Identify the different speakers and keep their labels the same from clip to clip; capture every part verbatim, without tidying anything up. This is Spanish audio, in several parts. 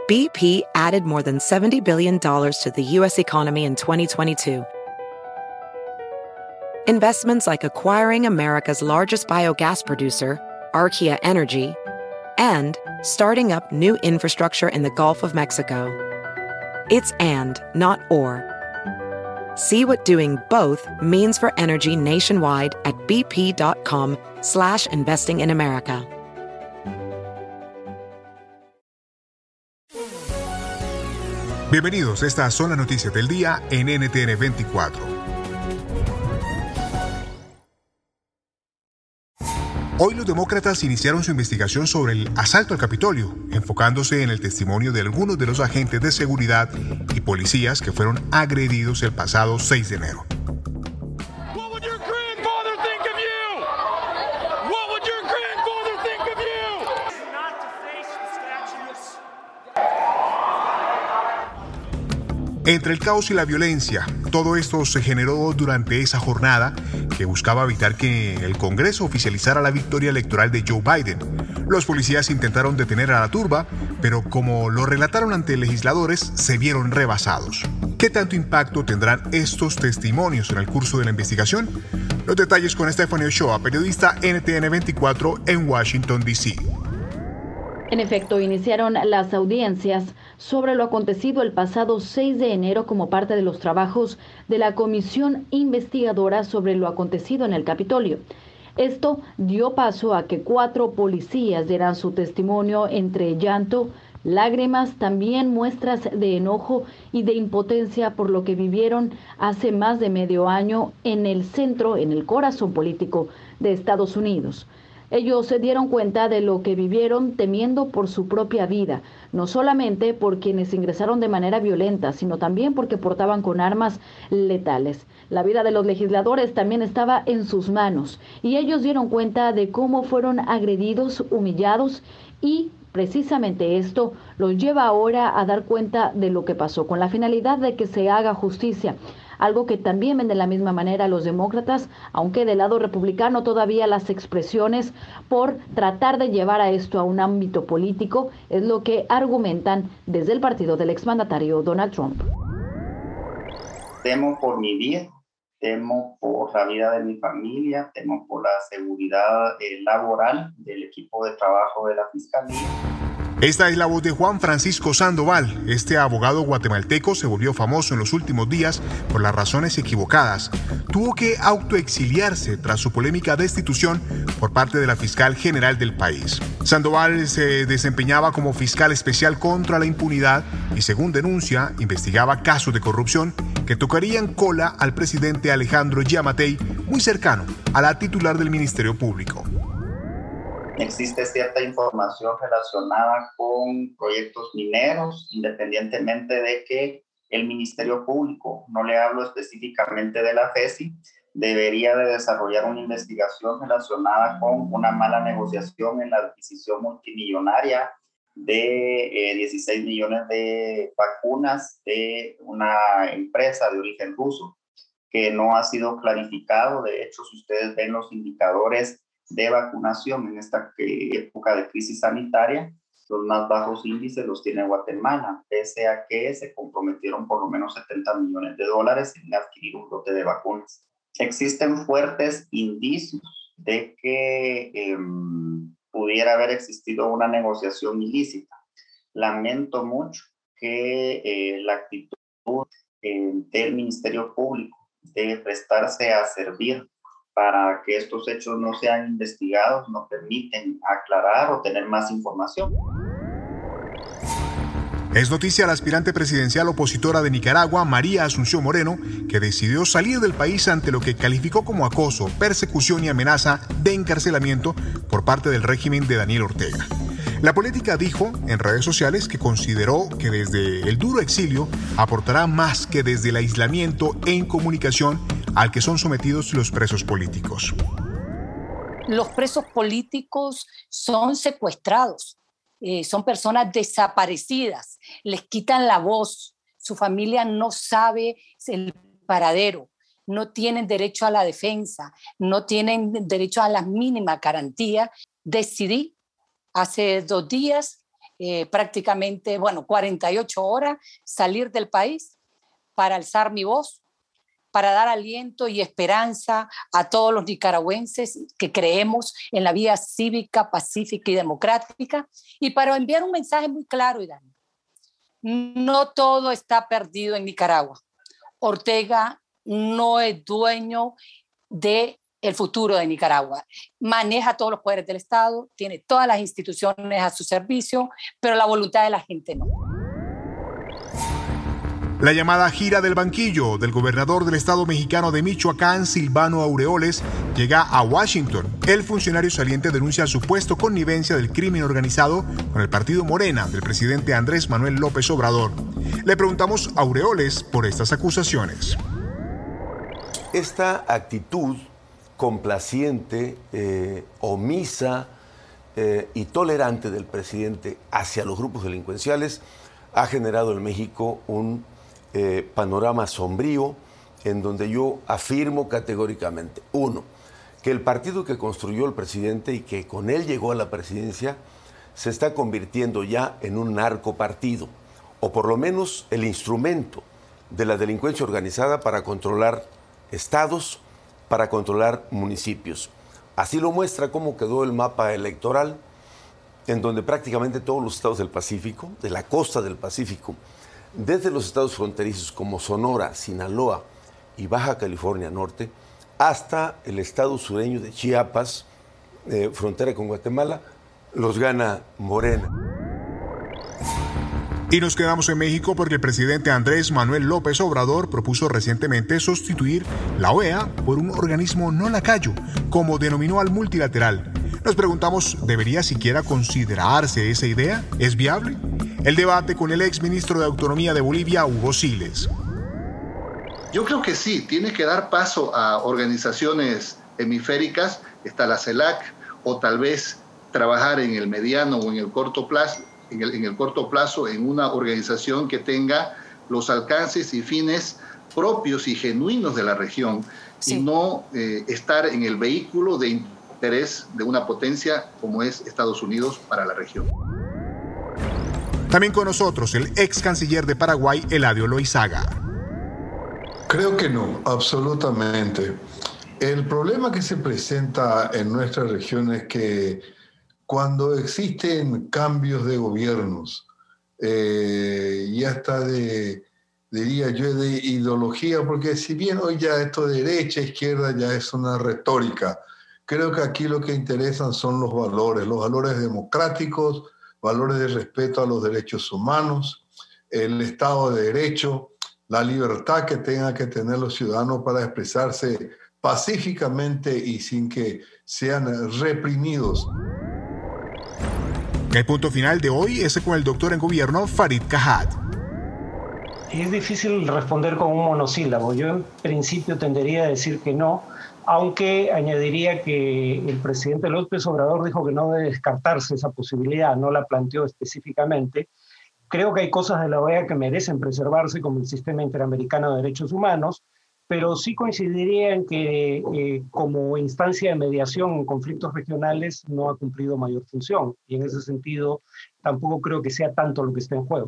Speaker 1: B P added more than seventy billion dollars to the U S economy in twenty twenty-two. Investments like acquiring America's largest biogas producer, Archaea Energy, and starting up new infrastructure in the Gulf of Mexico. It's and, not or. See what doing both means for energy nationwide at bp.com slash investing in America.
Speaker 2: Bienvenidos, estas son las noticias del día en N T N veinticuatro. Hoy los demócratas iniciaron su investigación sobre el asalto al Capitolio, enfocándose en el testimonio de algunos de los agentes de seguridad y policías que fueron agredidos el pasado seis de enero. Entre el caos y la violencia, todo esto se generó durante esa jornada que buscaba evitar que el Congreso oficializara la victoria electoral de Joe Biden. Los policías intentaron detener a la turba, pero como lo relataron ante legisladores, se vieron rebasados. ¿Qué tanto impacto tendrán estos testimonios en el curso de la investigación? Los detalles con Stephanie Ochoa, periodista N T N veinticuatro en Washington, D C
Speaker 3: En efecto, iniciaron las audiencias sobre lo acontecido el pasado seis de enero como parte de los trabajos de la comisión investigadora sobre lo acontecido en el Capitolio. Esto dio paso a que cuatro policías dieran su testimonio entre llanto, lágrimas, también muestras de enojo y de impotencia por lo que vivieron hace más de medio año en el centro, en el corazón político de Estados Unidos. Ellos se dieron cuenta de lo que vivieron temiendo por su propia vida, no solamente por quienes ingresaron de manera violenta, sino también porque portaban con armas letales. La vida de los legisladores también estaba en sus manos y ellos dieron cuenta de cómo fueron agredidos, humillados y precisamente esto los lleva ahora a dar cuenta de lo que pasó, con la finalidad de que se haga justicia. Algo que también ven de la misma manera los demócratas, aunque del lado republicano todavía las expresiones por tratar de llevar a esto a un ámbito político es lo que argumentan desde el partido del exmandatario Donald Trump.
Speaker 4: Temo por mi vida, temo por la vida de mi familia, temo por la seguridad eh, laboral del equipo de trabajo de la Fiscalía.
Speaker 2: Esta es la voz de Juan Francisco Sandoval. Este abogado guatemalteco se volvió famoso en los últimos días por las razones equivocadas. Tuvo que autoexiliarse tras su polémica destitución por parte de la fiscal general del país. Sandoval se desempeñaba como fiscal especial contra la impunidad y, según denuncia, investigaba casos de corrupción que tocarían cola al presidente Alejandro Giammattei, muy cercano a la titular del Ministerio Público.
Speaker 4: Existe cierta información relacionada con proyectos mineros, independientemente de que el Ministerio Público, no le hablo específicamente de la F E S I, debería de desarrollar una investigación relacionada con una mala negociación en la adquisición multimillonaria de eh, dieciséis millones de vacunas de una empresa de origen ruso, que no ha sido clarificado. De hecho, si ustedes ven los indicadores de vacunación en esta época de crisis sanitaria, los más bajos índices los tiene Guatemala, pese a que se comprometieron por lo menos setenta millones de dólares en adquirir un lote de vacunas. Existen fuertes indicios de que eh, pudiera haber existido una negociación ilícita. Lamento mucho que eh, la actitud eh, del Ministerio Público de prestarse a servir para que estos hechos no sean investigados, no permiten aclarar o tener más información.
Speaker 2: Es noticia la aspirante presidencial opositora de Nicaragua, María Asunción Moreno, que decidió salir del país ante lo que calificó como acoso, persecución y amenaza de encarcelamiento por parte del régimen de Daniel Ortega. La política dijo en redes sociales que consideró que desde el duro exilio aportará más que desde el aislamiento e incomunicación al que son sometidos los presos políticos.
Speaker 5: Los presos políticos son secuestrados, eh, son personas desaparecidas, les quitan la voz, su familia no sabe el paradero, no tienen derecho a la defensa, no tienen derecho a la mínima garantía. Decidí hace dos días eh, prácticamente, bueno, cuarenta y ocho horas, salir del país para alzar mi voz, para dar aliento y esperanza a todos los nicaragüenses que creemos en la vía cívica, pacífica y democrática, y para enviar un mensaje muy claro, Irán. No todo está perdido en Nicaragua. Ortega no es dueño del futuro de Nicaragua. Maneja todos los poderes del Estado, tiene todas las instituciones a su servicio, pero la voluntad de la gente no.
Speaker 2: La llamada gira del banquillo del gobernador del estado mexicano de Michoacán, Silvano Aureoles, llega a Washington. El funcionario saliente denuncia supuesto connivencia del crimen organizado con el partido Morena del presidente Andrés Manuel López Obrador. Le preguntamos a Aureoles por estas acusaciones.
Speaker 6: Esta actitud complaciente, eh, omisa eh, y tolerante del presidente hacia los grupos delincuenciales ha generado en México un Eh, panorama sombrío en donde yo afirmo categóricamente, uno, que el partido que construyó el presidente y que con él llegó a la presidencia se está convirtiendo ya en un narcopartido, o por lo menos el instrumento de la delincuencia organizada para controlar estados, para controlar municipios. Así lo muestra cómo quedó el mapa electoral, en donde prácticamente todos los estados del Pacífico, de la costa del Pacífico, desde los estados fronterizos como Sonora, Sinaloa y Baja California Norte, hasta el estado sureño de Chiapas, eh, frontera con Guatemala, los gana Morena.
Speaker 2: Y nos quedamos en México porque el presidente Andrés Manuel López Obrador propuso recientemente sustituir la O E A por un organismo no lacayo, como denominó al multilateral. Nos preguntamos, ¿debería siquiera considerarse esa idea? ¿Es viable? El debate con el exministro de Autonomía de Bolivia, Hugo Siles.
Speaker 7: Yo creo que sí, tiene que dar paso a organizaciones hemisféricas, está la CELAC, o tal vez trabajar en el mediano o en el corto plazo, en el, en el corto plazo en una organización que tenga los alcances y fines propios y genuinos de la región, sí. y no eh, estar en el vehículo de interés de una potencia como es Estados Unidos para la región.
Speaker 2: También con nosotros el ex canciller de Paraguay, Eladio Loizaga.
Speaker 8: Creo que no, absolutamente. El problema que se presenta en nuestra región es que cuando existen cambios de gobiernos, eh, y hasta de, diría yo, de ideología, porque si bien hoy ya esto de derecha, izquierda ya es una retórica, creo que aquí lo que interesan son los valores, los valores democráticos, valores de respeto a los derechos humanos, el Estado de Derecho, la libertad que tengan que tener los ciudadanos para expresarse pacíficamente y sin que sean reprimidos.
Speaker 2: El punto final de hoy es con el doctor en gobierno Farid Cajat.
Speaker 9: Es difícil responder con un monosílabo. Yo en principio tendería a decir que no, aunque añadiría que el presidente López Obrador dijo que no debe descartarse esa posibilidad, no la planteó específicamente. Creo que hay cosas de la O E A que merecen preservarse, como el Sistema Interamericano de Derechos Humanos, pero sí coincidiría en que eh, como instancia de mediación en conflictos regionales no ha cumplido mayor función, y en ese sentido tampoco creo que sea tanto lo que está en juego.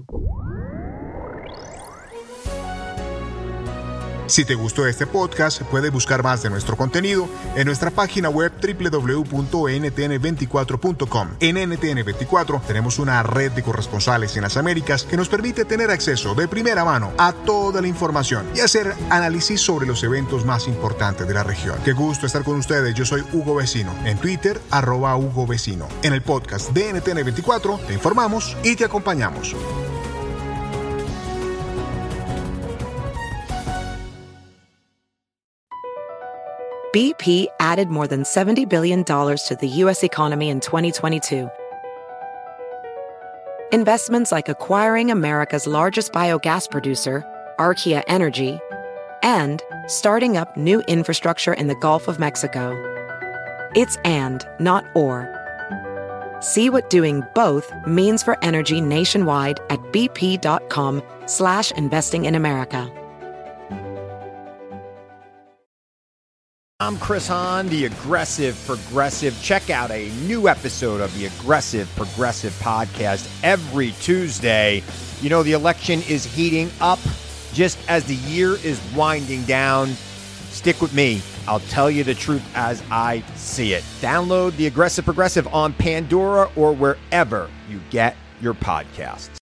Speaker 2: Si te gustó este podcast, puedes buscar más de nuestro contenido en nuestra página web doble u doble u doble u punto ene te ene veinticuatro punto com. En N T N veinticuatro tenemos una red de corresponsales en las Américas que nos permite tener acceso de primera mano a toda la información y hacer análisis sobre los eventos más importantes de la región. Qué gusto estar con ustedes. Yo soy Hugo Vecino. En Twitter, arroba Hugo Vecino. En el podcast de N T N veinticuatro te informamos y te acompañamos.
Speaker 1: B P added more than seventy billion dollars to the U S economy in twenty twenty-two. Investments like acquiring America's largest biogas producer, Archaea Energy, and starting up new infrastructure in the Gulf of Mexico. It's and, not or. See what doing both means for energy nationwide at bp.com slash investing in America.
Speaker 10: I'm Chris Hahn, the Aggressive Progressive. Check out a new episode of the Aggressive Progressive podcast every Tuesday. You know, the election is heating up just as the year is winding down. Stick with me. I'll tell you the truth as I see it. Download the Aggressive Progressive on Pandora or wherever you get your podcasts.